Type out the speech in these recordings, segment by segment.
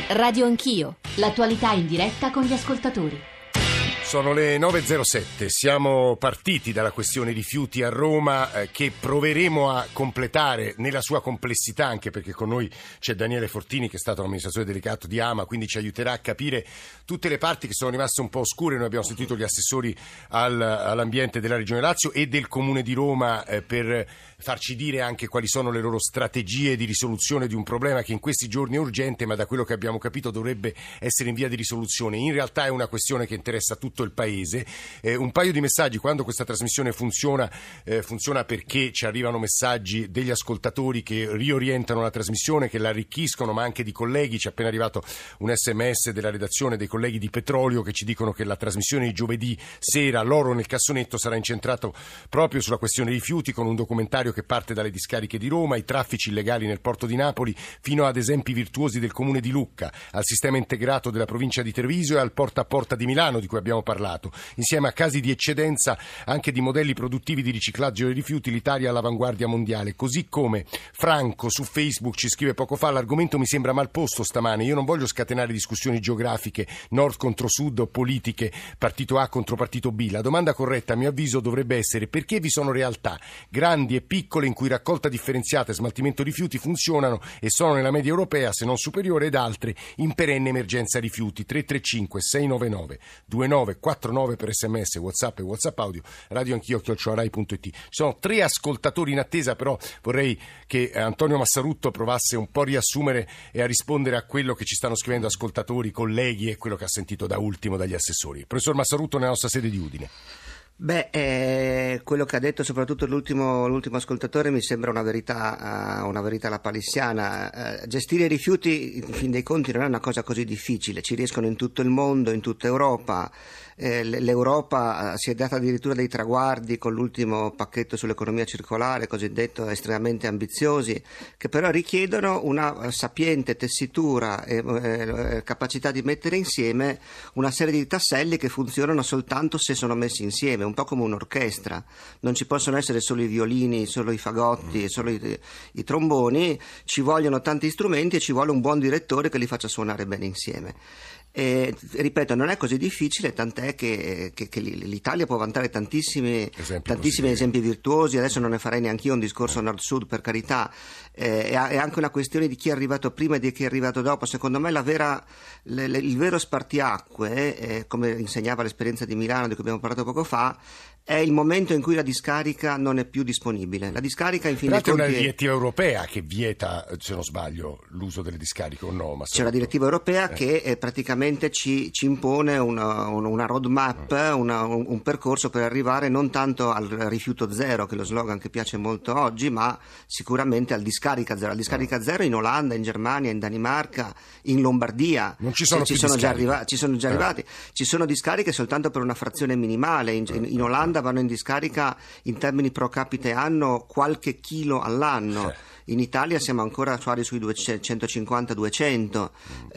Radio Anch'io, l'attualità in diretta con gli ascoltatori. Sono le 9.07, siamo partiti dalla questione rifiuti a Roma che proveremo a completare nella sua complessità, anche perché con noi c'è Daniele Fortini che è stato l'amministratore delegato di AMA, quindi ci aiuterà a capire tutte le parti che sono rimaste un po' oscure. Noi abbiamo sentito gli assessori all'ambiente della Regione Lazio e del Comune di Roma per farci dire anche quali sono le loro strategie di risoluzione di un problema che in questi giorni è urgente, ma da quello che abbiamo capito dovrebbe essere in via di risoluzione. In realtà è una questione che interessa tutto il paese. Un paio di messaggi: quando questa trasmissione funziona perché ci arrivano messaggi degli ascoltatori che riorientano la trasmissione, che la arricchiscono, ma anche di colleghi. Ci è appena arrivato un SMS della redazione dei colleghi di Petrolio che ci dicono che la trasmissione di giovedì sera, l'oro nel cassonetto, sarà incentrato proprio sulla questione rifiuti, con un documentario che parte dalle discariche di Roma, i traffici illegali nel porto di Napoli, fino ad esempi virtuosi del comune di Lucca, al sistema integrato della provincia di Treviso e al porta a porta di Milano, di cui abbiamo parlato. Insieme a casi di eccedenza anche di modelli produttivi di riciclaggio dei rifiuti, l'Italia è all'avanguardia mondiale. Così come Franco su Facebook ci scrive poco fa: l'argomento mi sembra mal posto stamane, io non voglio scatenare discussioni geografiche, nord contro sud o politiche, partito A contro partito B. La domanda corretta, a mio avviso, dovrebbe essere: perché vi sono realtà grandi e piccole in cui raccolta differenziata e smaltimento rifiuti funzionano e sono nella media europea, se non superiore, ed altre in perenne emergenza rifiuti. 335 699 2949 per SMS, WhatsApp e WhatsApp audio, radioanchio@rai.it. Ci sono 3 ascoltatori in attesa, però vorrei che Antonio Massarutto provasse un po' a riassumere e a rispondere a quello che ci stanno scrivendo ascoltatori, colleghi, e quello che ha sentito da ultimo dagli assessori. Professor Massarutto, nella nostra sede di Udine. Quello che ha detto soprattutto l'ultimo ascoltatore mi sembra una verità lapalissiana. Gestire i rifiuti, in fin dei conti, non è una cosa così difficile, ci riescono in tutto il mondo, in tutta Europa. L'Europa si è data addirittura dei traguardi con l'ultimo pacchetto sull'economia circolare, cosiddetto, estremamente ambiziosi, che però richiedono una sapiente tessitura e capacità di mettere insieme una serie di tasselli che funzionano soltanto se sono messi insieme, un po' come un'orchestra. Non ci possono essere solo i violini, solo i fagotti, solo i tromboni, ci vogliono tanti strumenti e ci vuole un buon direttore che li faccia suonare bene insieme. Ripeto, non è così difficile, tant'è che l'Italia può vantare tantissimi esempi virtuosi. Adesso non ne farei neanche io un discorso nord-sud, per carità. È anche una questione di chi è arrivato prima e di chi è arrivato dopo. Secondo me il vero spartiacque, come insegnava l'esperienza di Milano di cui abbiamo parlato poco fa, è il momento in cui la discarica non è più disponibile. La discarica, in fin dei conti, è una direttiva europea che vieta, se non sbaglio, l'uso delle discariche, o no? C'è una direttiva europea che praticamente ci impone una roadmap, un percorso per arrivare non tanto al rifiuto zero, che è lo slogan che piace molto oggi, ma sicuramente al discarica zero. La discarica zero in Olanda, in Germania, in Danimarca, in Lombardia non ci sono già arrivati. Ci sono discariche soltanto per una frazione minimale. In Olanda vanno in discarica, in termini pro capite anno, qualche chilo all'anno. In Italia siamo ancora sui 150-200.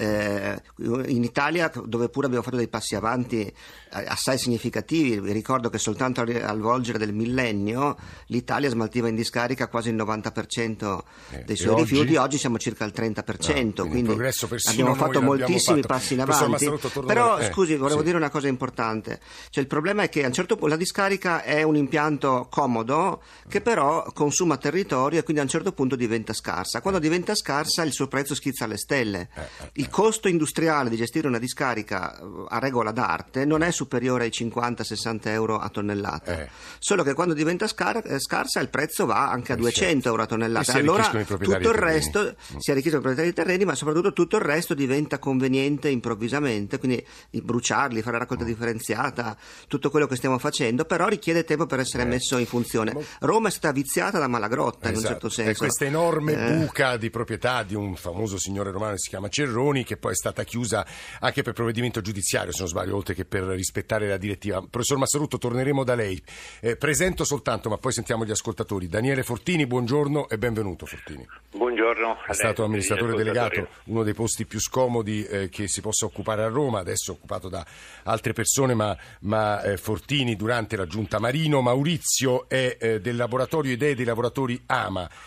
In Italia, dove pure abbiamo fatto dei passi avanti assai significativi, vi ricordo che soltanto al volgere del millennio l'Italia smaltiva in discarica quasi il 90% dei suoi rifiuti. Oggi siamo circa al 30%, quindi abbiamo fatto moltissimi passi in avanti. Però scusi, volevo dire una cosa importante. Cioè, il problema è che a un certo punto la discarica è un impianto comodo che però consuma territorio e quindi a un certo punto diventa scarsa. Quando diventa scarsa il suo prezzo schizza alle stelle. Il costo industriale di gestire una discarica a regola d'arte non è superiore ai 50-60 euro a tonnellata. Solo che quando diventa scarsa il prezzo va anche a 200 euro a tonnellata. Allora tutto il resto si arricchiscono i proprietari dei terreni, ma soprattutto tutto il resto diventa conveniente improvvisamente, quindi bruciarli, fare raccolta differenziata, tutto quello che stiamo facendo, però richiede tempo per essere messo in funzione. Roma è stata viziata da Malagrotta, in un certo senso. È questa enorme buca di proprietà di un famoso signore romano che si chiama Cerroni, che poi è stata chiusa anche per provvedimento giudiziario, se non sbaglio, oltre che per rispettare la direttiva. Professor Massarutto, torneremo da lei. Presento soltanto, ma poi sentiamo gli ascoltatori. Daniele Fortini, buongiorno e benvenuto. Fortini. Buongiorno. È stato amministratore delegato, uno dei posti più scomodi che si possa occupare a Roma, adesso occupato da altre persone, ma Fortini durante la giunta Marino. Maurizio è del laboratorio Idee dei lavoratori AMA, è il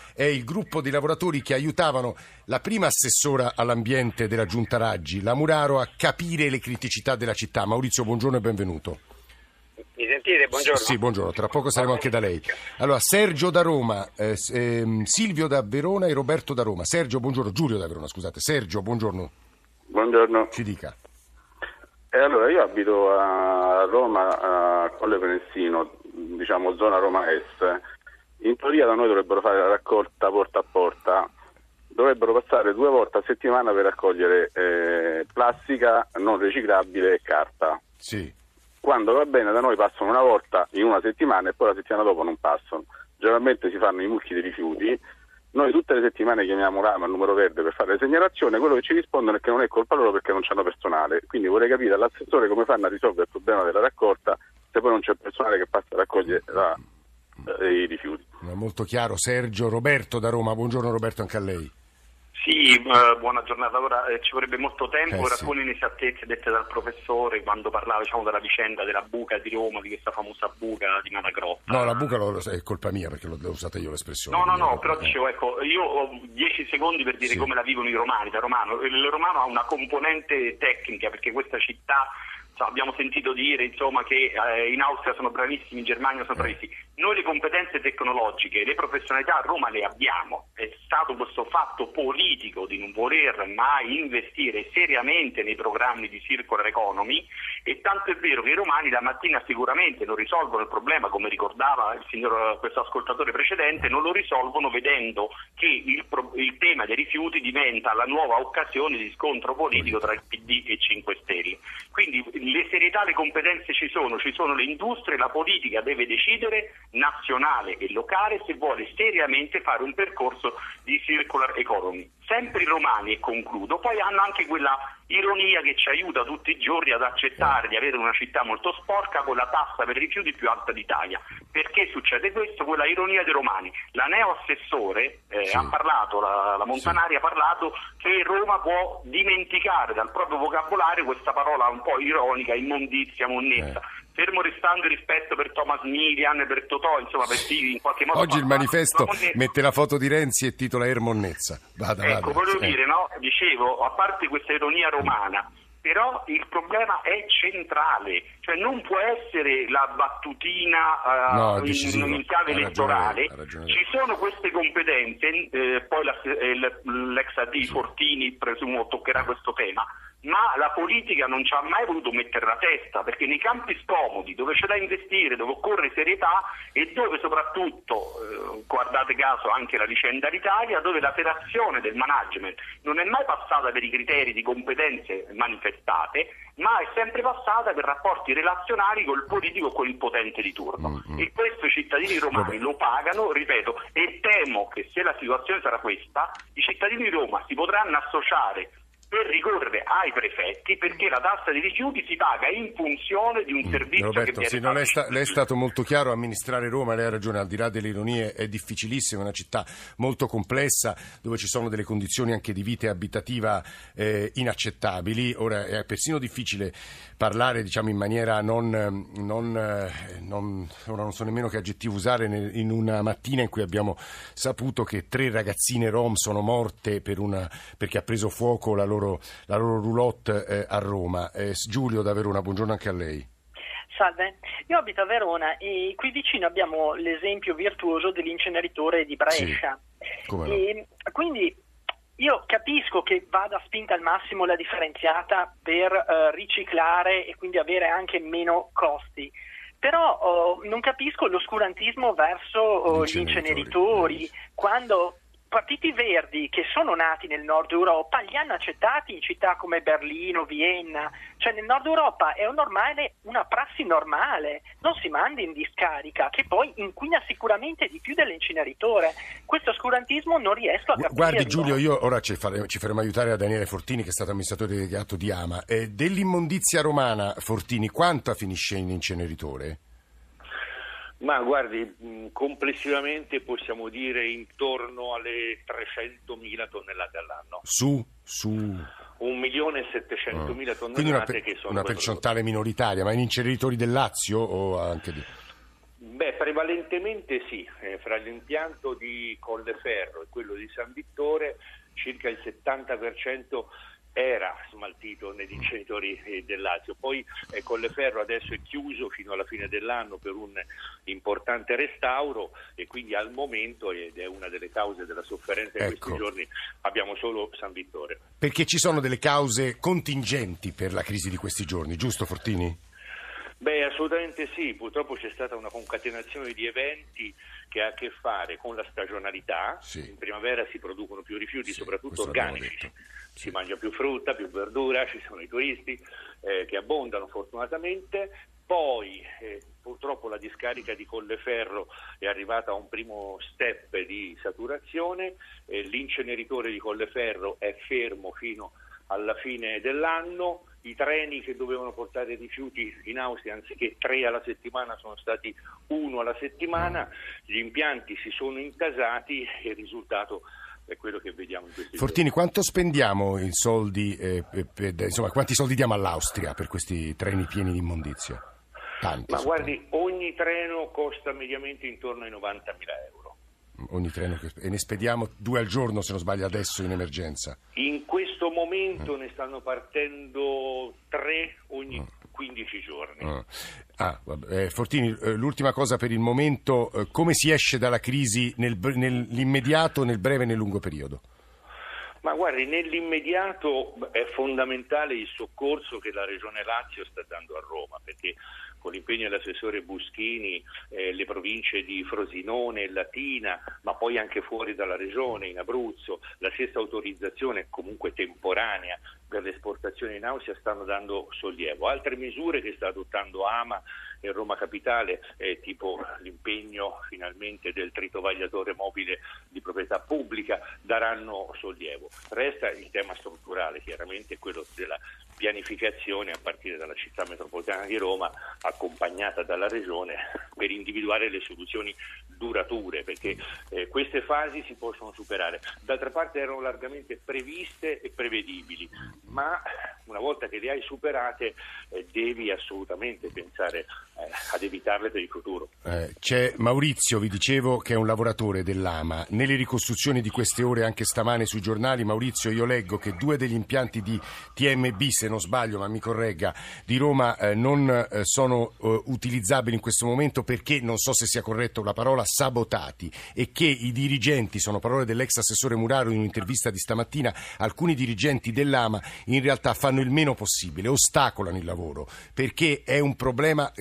gruppo di lavoratori che aiutavano la prima assessora all'ambiente della Giunta Raggi, la Muraro, a capire le criticità della città. Maurizio, buongiorno e benvenuto. Mi sentite? Buongiorno. Sì, buongiorno, tra poco saremo anche da lei. Allora, Sergio da Roma, Silvio da Verona e Roberto da Roma. Sergio, buongiorno. Giulio da Verona, scusate. Sergio, buongiorno. Buongiorno. Ci dica. Allora, io abito a Roma, a Colle Venessino, diciamo zona Roma Est. In teoria da noi dovrebbero fare la raccolta porta a porta, dovrebbero passare 2 volte a settimana per raccogliere plastica non riciclabile e carta. Sì. Quando va bene da noi passano una volta in una settimana e poi la settimana dopo non passano. Generalmente si fanno i mucchi di rifiuti. Noi tutte le settimane chiamiamo Rama al numero verde per fare la segnalazione, quello che ci rispondono è che non è colpa loro perché non c'hanno personale. Quindi vorrei capire dall'assessore come fanno a risolvere il problema della raccolta se poi non c'è personale che passa a raccogliere i rifiuti. Molto chiaro. Sergio. Roberto da Roma, buongiorno Roberto, anche a lei. Sì, buona giornata. Ora ci vorrebbe molto tempo per alcune inesattezze dette dal professore quando parlava, diciamo, della vicenda della buca di Roma, di questa famosa buca di Malagrotta. No, la buca è colpa mia perché l'ho usata io l'espressione. No, però dicevo, ecco, io ho 10 secondi per dire come la vivono i romani. Da romano, il romano ha una componente tecnica perché questa città, abbiamo sentito dire, insomma, che in Austria sono bravissimi, in Germania sono bravissimi. Noi le competenze tecnologiche, le professionalità a Roma le abbiamo. È stato questo fatto politico di non voler mai investire seriamente nei programmi di circular economy, e tanto è vero che i romani la mattina sicuramente non risolvono il problema, come ricordava questo ascoltatore precedente, non lo risolvono vedendo che il tema dei rifiuti diventa la nuova occasione di scontro politico tra il PD e 5 Stelle. Quindi le serietà, le competenze ci sono le industrie, la politica deve decidere, nazionale e locale, se vuole seriamente fare un percorso di circular economy. Sempre i romani, e concludo, poi hanno anche quella ironia che ci aiuta tutti i giorni ad accettare di avere una città molto sporca con la tassa per i rifiuti più alta d'Italia. Perché succede questo? Quella ironia dei romani. La neoassessore ha parlato, la Montanari ha parlato che Roma può dimenticare dal proprio vocabolario questa parola un po' ironica, immondizia, monnezza. Fermo restando il rispetto per Thomas Milian, per Totò, insomma, per chi in qualche modo... Oggi il manifesto mette la foto di Renzi e titola Ermonnezza. Vada. Voglio dire, no? Dicevo, a parte questa ironia romana, però il problema è centrale, cioè non può essere la battutina in chiave elettorale. Ci sono queste competenze, poi l'ex AD Fortini presumo toccherà questo tema, ma la politica non ci ha mai voluto mettere la testa, perché nei campi scomodi, dove c'è da investire, dove occorre serietà e dove soprattutto, guardate caso anche la vicenda d'Italia, dove la federazione del management non è mai passata per i criteri di competenze manifestate, ma è sempre passata per rapporti relazionali col politico o con il potente di turno. E questo i cittadini romani lo pagano, ripeto, e temo che se la situazione sarà questa, i cittadini di Roma si potranno associare per ricorrere ai prefetti, perché la tassa dei rifiuti si paga in funzione di un servizio Roberto, che viene lei è stato molto chiaro. Amministrare Roma, lei ha ragione, al di là delle ironie, è difficilissimo, è una città molto complessa dove ci sono delle condizioni anche di vita abitativa inaccettabili. Ora è persino difficile parlare, diciamo, in maniera ora non so nemmeno che aggettivo usare, in una mattina in cui abbiamo saputo che 3 ragazzine rom sono morte perché ha preso fuoco la loro roulotte a Roma. Giulio da Verona, buongiorno anche a lei. Salve, io abito a Verona e qui vicino abbiamo l'esempio virtuoso dell'inceneritore di Brescia. Sì, come no? E quindi io capisco che vada spinta al massimo la differenziata per riciclare e quindi avere anche meno costi. Però non capisco l'oscurantismo verso gli inceneritori, quando partiti verdi che sono nati nel nord Europa li hanno accettati in città come Berlino, Vienna, cioè nel nord Europa è una prassi normale, non si manda in discarica, che poi inquina sicuramente di più dell'inceneritore. Questo oscurantismo non riesco a capirlo. Guardi Giulio, io ora ci faremo aiutare da Daniele Fortini, che è stato amministratore delegato di Ama. Dell'immondizia romana, Fortini, quanta finisce in inceneritore? Ma guardi, complessivamente possiamo dire intorno alle 300.000 tonnellate all'anno. Su? 1.700.000 tonnellate, quindi che sono una percentuale minoritaria, ma in inceneritori del Lazio o anche di... Prevalentemente sì, fra l'impianto di Colleferro e quello di San Vittore circa il 70% era smaltito negli inceneritori del Lazio. Poi Colleferro adesso è chiuso fino alla fine dell'anno per un importante restauro e quindi al momento, ed è una delle cause della sofferenza di questi giorni, abbiamo solo San Vittore. Perché ci sono delle cause contingenti per la crisi di questi giorni, giusto Fortini? Assolutamente sì, purtroppo c'è stata una concatenazione di eventi che ha a che fare con la stagionalità. In primavera si producono più rifiuti, soprattutto organici, si mangia più frutta, più verdura, ci sono i turisti che abbondano fortunatamente. Poi purtroppo la discarica di Colleferro è arrivata a un primo step di saturazione, l'inceneritore di Colleferro è fermo fino alla fine dell'anno. I treni che dovevano portare rifiuti in Austria, anziché 3 alla settimana, sono stati 1 alla settimana. Gli impianti si sono intasati e il risultato è quello che vediamo in questi Fortini, giorni. Quanto spendiamo in soldi, quanti soldi diamo all'Austria per questi treni pieni di immondizia? Tanti. Ma guardi, ogni treno costa mediamente intorno ai 90.000 euro. Ogni treno e ne spediamo 2 al giorno, se non sbaglio, adesso in emergenza. In questo momento ne stanno partendo 3 ogni 15 giorni. Fortini, l'ultima cosa per il momento, come si esce dalla crisi nell'immediato, nel breve e nel lungo periodo? Ma guardi, nell'immediato è fondamentale il soccorso che la Regione Lazio sta dando a Roma, perché con l'impegno dell'assessore Buschini, le province di Frosinone e Latina, ma poi anche fuori dalla regione, in Abruzzo, la stessa autorizzazione comunque temporanea per l'esportazione in Austria stanno dando sollievo. Altre misure che sta adottando AMA e Roma Capitale, tipo l'impegno finalmente del tritovagliatore mobile di proprietà pubblica, daranno sollievo. Resta il tema strutturale, chiaramente quello della pianificazione a partire dalla città metropolitana di Roma, accompagnata dalla Regione, per individuare le soluzioni durature, perché queste fasi si possono superare. D'altra parte erano largamente previste e prevedibili, ma una volta che le hai superate devi assolutamente pensare ad evitarle per il futuro. C'è Maurizio, vi dicevo, che è un lavoratore dell'AMA. Nelle ricostruzioni di queste ore, anche stamane sui giornali, Maurizio, io leggo che 2 degli impianti di TMB, se non sbaglio, ma mi corregga, di Roma non sono utilizzabili in questo momento perché, non so se sia corretto la parola, sabotati, e che i dirigenti, sono parole dell'ex assessore Muraro in un'intervista di stamattina, alcuni dirigenti dell'AMA in realtà fanno il meno possibile, ostacolano il lavoro, perché è un problema,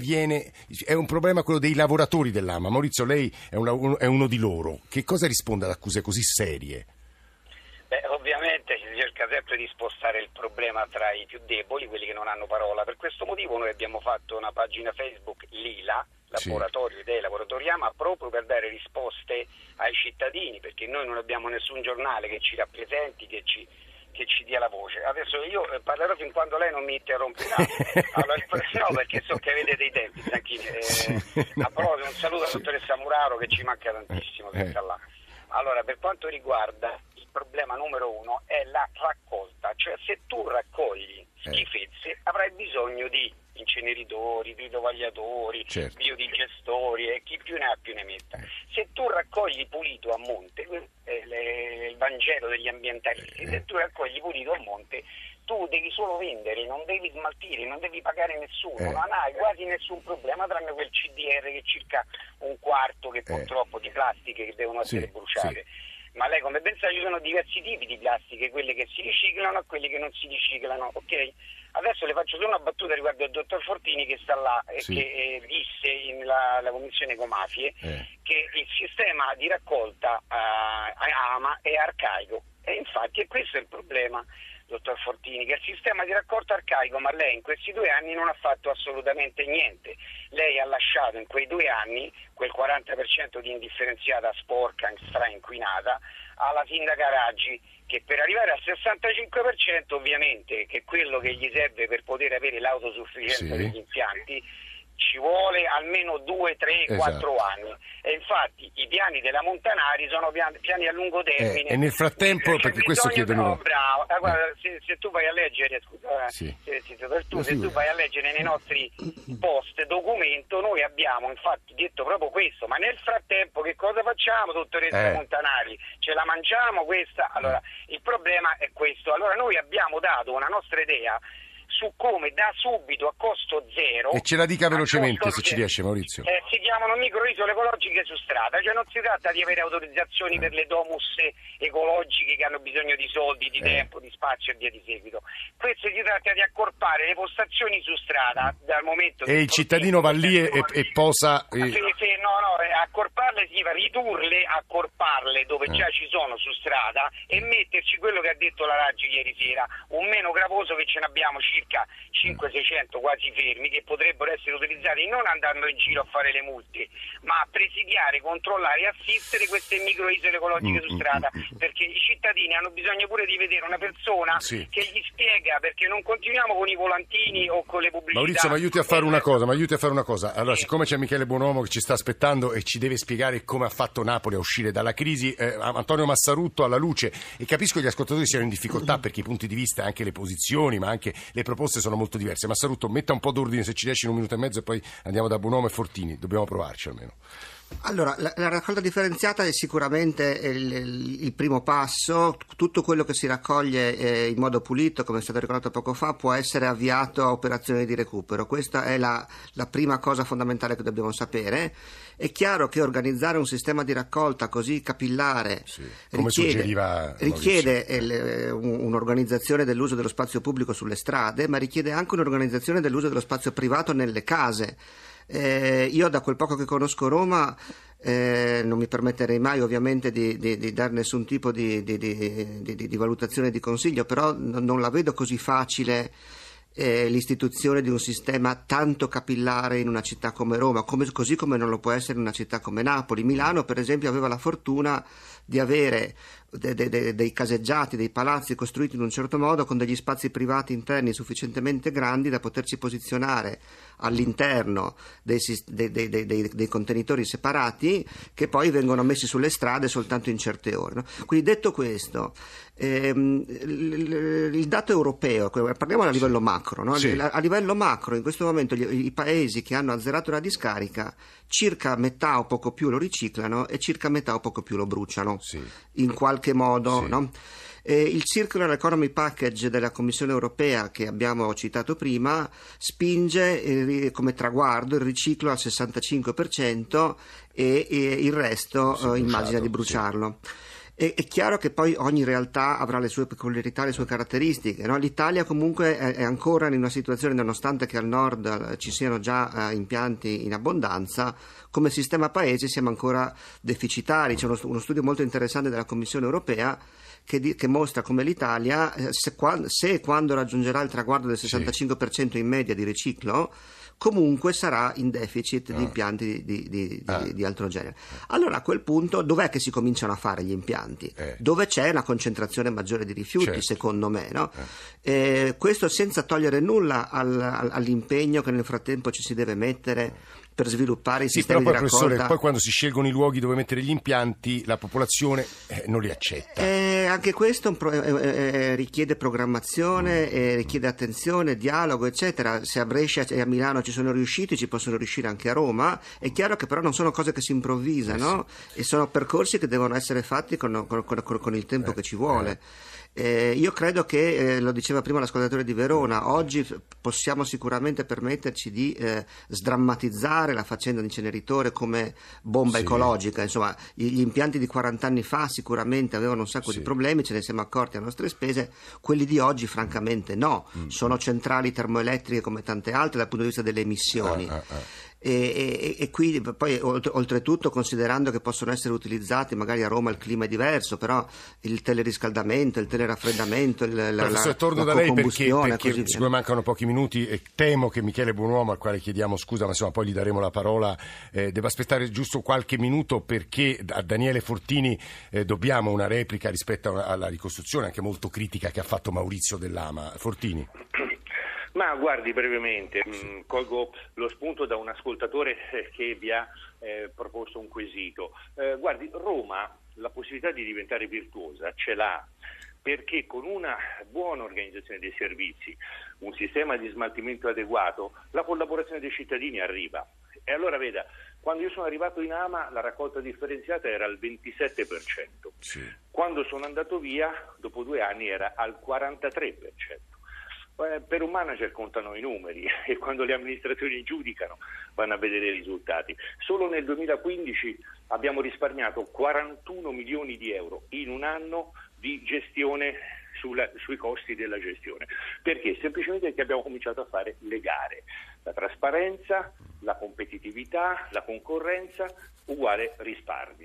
è un problema quello dei lavoratori dell'AMA. Maurizio, lei è uno di loro. Che cosa risponde ad accuse così serie? Ovviamente si cerca sempre di spostare il problema tra i più deboli, quelli che non hanno parola. Per questo motivo noi abbiamo fatto una pagina Facebook, Lila, Laboratorio dei Lavoratori AMA, proprio per dare risposte ai cittadini, perché noi non abbiamo nessun giornale che ci rappresenti, che ci dia la voce. Adesso io parlerò fin quando lei non mi interromperà. Allora, no, perché so che avete dei tempi, Zanchini. A proposito, un saluto alla dottoressa Muraro, che ci manca tantissimo. Là. Allora, per quanto riguarda il problema numero 1 è la raccolta, cioè se tu raccogli schifezze avrai bisogno di inceneritori, tritovagliatori, biodigestori e chi più ne ha più ne metta. Se tu raccogli pulito a monte, il Vangelo degli ambientalisti, se tu raccogli pulito a monte, tu devi solo vendere, non devi smaltire, non devi pagare nessuno, non hai quasi nessun problema, tranne quel CDR che è circa un quarto che purtroppo di plastiche che devono essere bruciate. Ma lei come pensa, ci sono diversi tipi di plastiche, quelle che si riciclano e quelle che non si riciclano, ok? Adesso le faccio solo una battuta riguardo al dottor Fortini che sta là e che disse nella commissione ecomafie che il sistema di raccolta AMA è arcaico, e infatti questo è il problema, dottor Fortini, che il sistema di raccolta arcaico, ma lei in questi 2 anni non ha fatto assolutamente niente. Lei ha lasciato in quei 2 anni quel 40% di indifferenziata sporca, strainquinata, alla sindaca Raggi, che per arrivare al 65% ovviamente, che è quello che gli serve per poter avere l'autosufficienza degli impianti, ci vuole almeno 2, 3, 4 anni, e infatti i piani della Montanari sono piani a lungo termine. E nel frattempo, perché questo chiedo io. Bravo, guarda, se tu vai a leggere, scusa, se tu vai a leggere nei nostri post documento, noi abbiamo infatti detto proprio questo, ma nel frattempo che cosa facciamo, dottoressa Montanari? Ce la mangiamo questa? Allora, il problema è questo. Allora noi abbiamo dato una nostra idea su come da subito a costo zero, e ce la dica velocemente se ci riesce, Maurizio. Si chiamano microisole ecologiche su strada, cioè non si tratta di avere autorizzazioni per le domus ecologiche che hanno bisogno di soldi, di tempo, di spazio e via di seguito. Questo si tratta di accorpare le postazioni su strada dal momento e il cittadino va lì e posa accorparle significa ridurle, accorparle dove già ci sono su strada e metterci quello che ha detto la Raggi ieri sera, un meno gravoso, che ce ne abbiamo circa 500-600 quasi fermi, che potrebbero essere utilizzati non andando in giro a fare le multe, ma a presidiare, controllare e assistere queste microisole ecologiche su strada, perché i cittadini hanno bisogno pure di vedere una persona che gli spiega, perché non continuiamo con i volantini o con le pubblicità. Maurizio, mi aiuti a fare una cosa, Allora, siccome c'è Michele Buonomo che ci sta aspettando e ci deve spiegare come ha fatto Napoli a uscire dalla crisi, Antonio Massarutto alla luce, e capisco che gli ascoltatori siano in difficoltà perché i punti di vista, anche le posizioni, ma anche le proposte sono molto diverse. Massarutto, metta un po' d'ordine se ci riesci in 1 minuto e mezzo e poi andiamo da Buonomo e Fortini, dobbiamo provarci almeno. Allora, la raccolta differenziata è sicuramente il primo passo. Tutto quello che si raccoglie in modo pulito, come è stato ricordato poco fa, può essere avviato a operazioni di recupero. Questa è la prima cosa fondamentale che dobbiamo sapere. È chiaro che organizzare un sistema di raccolta così capillare richiede un'organizzazione dell'uso dello spazio pubblico sulle strade, ma richiede anche un'organizzazione dell'uso dello spazio privato nelle case. Io, da quel poco che conosco Roma, non mi permetterei mai ovviamente di dare nessun tipo di valutazione, di consiglio, però non la vedo così facile l'istituzione di un sistema tanto capillare in una città come Roma, così come non lo può essere in una città come Napoli. Milano, per esempio, aveva la fortuna di avere dei caseggiati, dei palazzi costruiti in un certo modo, con degli spazi privati interni sufficientemente grandi da potersi posizionare all'interno dei contenitori separati, che poi vengono messi sulle strade soltanto in certe ore, no? Quindi, detto questo, il dato europeo, parliamo a livello macro, no? A livello macro in questo momento i paesi che hanno azzerato la discarica circa metà o poco più lo riciclano e circa metà o poco più lo bruciano in qualche modo, no? Il Circular Economy Package della Commissione Europea, che abbiamo citato prima, spinge come traguardo il riciclo al 65% e il resto immagina di bruciarlo. È chiaro che poi ogni realtà avrà le sue peculiarità, le sue caratteristiche, no? L'Italia comunque è ancora in una situazione, nonostante che al nord ci siano già impianti in abbondanza, come sistema paese siamo ancora deficitari. C'è uno studio molto interessante della Commissione Europea che mostra come l'Italia, se e quando raggiungerà il traguardo del 65% in media di riciclo, comunque sarà in deficit di impianti di altro genere. Allora, a quel punto dov'è che si cominciano a fare gli impianti? Dove c'è una concentrazione maggiore di rifiuti, secondo me, no? Questo senza togliere nulla all'impegno che nel frattempo ci si deve mettere per sviluppare i sistemi di raccolta. Professore, poi quando si scelgono i luoghi dove mettere gli impianti, la popolazione non li accetta. Anche questo richiede programmazione, richiede attenzione, dialogo, eccetera. Se a Brescia e a Milano ci sono riusciti, ci possono riuscire anche a Roma. È chiaro che però non sono cose che si improvvisano, e sono percorsi che devono essere fatti con il tempo che ci vuole. Io credo che, lo diceva prima l'ascoltatore di Verona, oggi possiamo sicuramente permetterci di sdrammatizzare la faccenda dell'inceneritore come bomba ecologica. Insomma, gli impianti di 40 anni fa sicuramente avevano un sacco di problemi, ce ne siamo accorti a nostre spese. Quelli di oggi francamente no, sono centrali termoelettriche come tante altre dal punto di vista delle emissioni. E qui poi oltretutto, considerando che possono essere utilizzati, magari a Roma il clima è diverso, però il teleriscaldamento, il teleraffreddamento, Professore, torno da lei perché siccome mancano pochi minuti e temo che Michele Buonuomo, al quale chiediamo scusa, ma insomma poi gli daremo la parola, deve aspettare giusto qualche minuto, perché a Daniele Fortini dobbiamo una replica rispetto alla ricostruzione anche molto critica che ha fatto Maurizio Dell'Ama. Fortini. Ma guardi, brevemente, colgo lo spunto da un ascoltatore che vi ha proposto un quesito. Guardi, Roma la possibilità di diventare virtuosa ce l'ha, perché con una buona organizzazione dei servizi, un sistema di smaltimento adeguato, la collaborazione dei cittadini arriva. E allora veda, quando io sono arrivato in Ama la raccolta differenziata era al 27%, sì. Quando sono andato via, dopo 2 anni, era al 43%. Per un manager contano i numeri e quando le amministrazioni giudicano vanno a vedere i risultati. Solo nel 2015 abbiamo risparmiato 41 milioni di euro in un anno di gestione sui costi della gestione. Perché? Semplicemente perché abbiamo cominciato a fare le gare. La trasparenza, la competitività, la concorrenza uguale risparmi.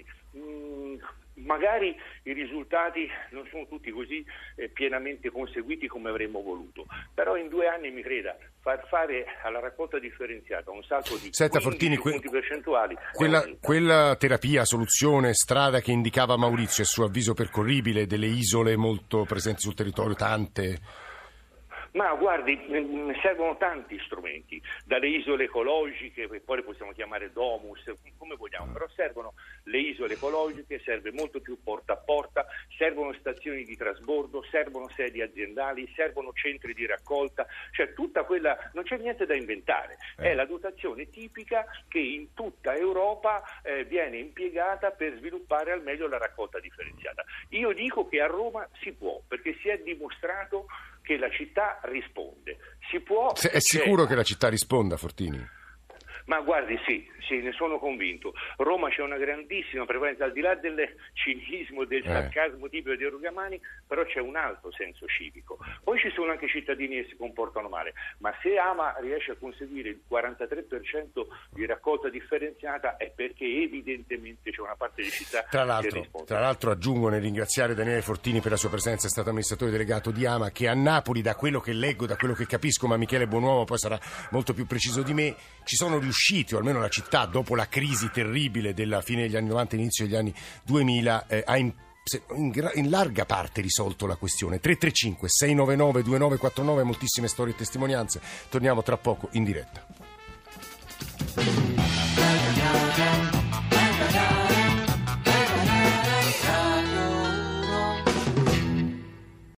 Magari i risultati non sono tutti così pienamente conseguiti come avremmo voluto, però in 2 anni, mi creda, far fare alla raccolta differenziata un salto di 15 Fortini, punti percentuali. Quella terapia, soluzione, strada che indicava Maurizio, è a suo avviso percorribile, delle isole molto presenti sul territorio, tante? Ma guardi, servono tanti strumenti, dalle isole ecologiche, che poi le possiamo chiamare domus, come vogliamo, però servono le isole ecologiche, serve molto più porta a porta, servono stazioni di trasbordo, servono sedi aziendali, servono centri di raccolta, cioè tutta quella, non c'è niente da inventare, è la dotazione tipica che in tutta Europa viene impiegata per sviluppare al meglio la raccolta differenziata. Io dico che a Roma si può, perché si è dimostrato che la città risponde. Si può. È sicuro che la città risponda, Fortini? Ma guardi, sì, ne sono convinto. Roma c'è una grandissima prevalenza, al di là del cinismo, del sarcasmo tipico dei rogamani, però c'è un alto senso civico. Poi ci sono anche cittadini che si comportano male, ma se Ama riesce a conseguire il 43% di raccolta differenziata è perché evidentemente c'è una parte di città che risponde. Tra l'altro aggiungo, nel ringraziare Daniele Fortini per la sua presenza, è stato amministratore delegato di Ama, che a Napoli, da quello che leggo, da quello che capisco, ma Michele Buonuomo poi sarà molto più preciso di me, ci sono riusciti, o almeno la città, dopo la crisi terribile della fine degli anni 90 e inizio degli anni 2000, ha in larga parte risolto la questione. 335 699 2949, moltissime storie e testimonianze. Torniamo tra poco in diretta.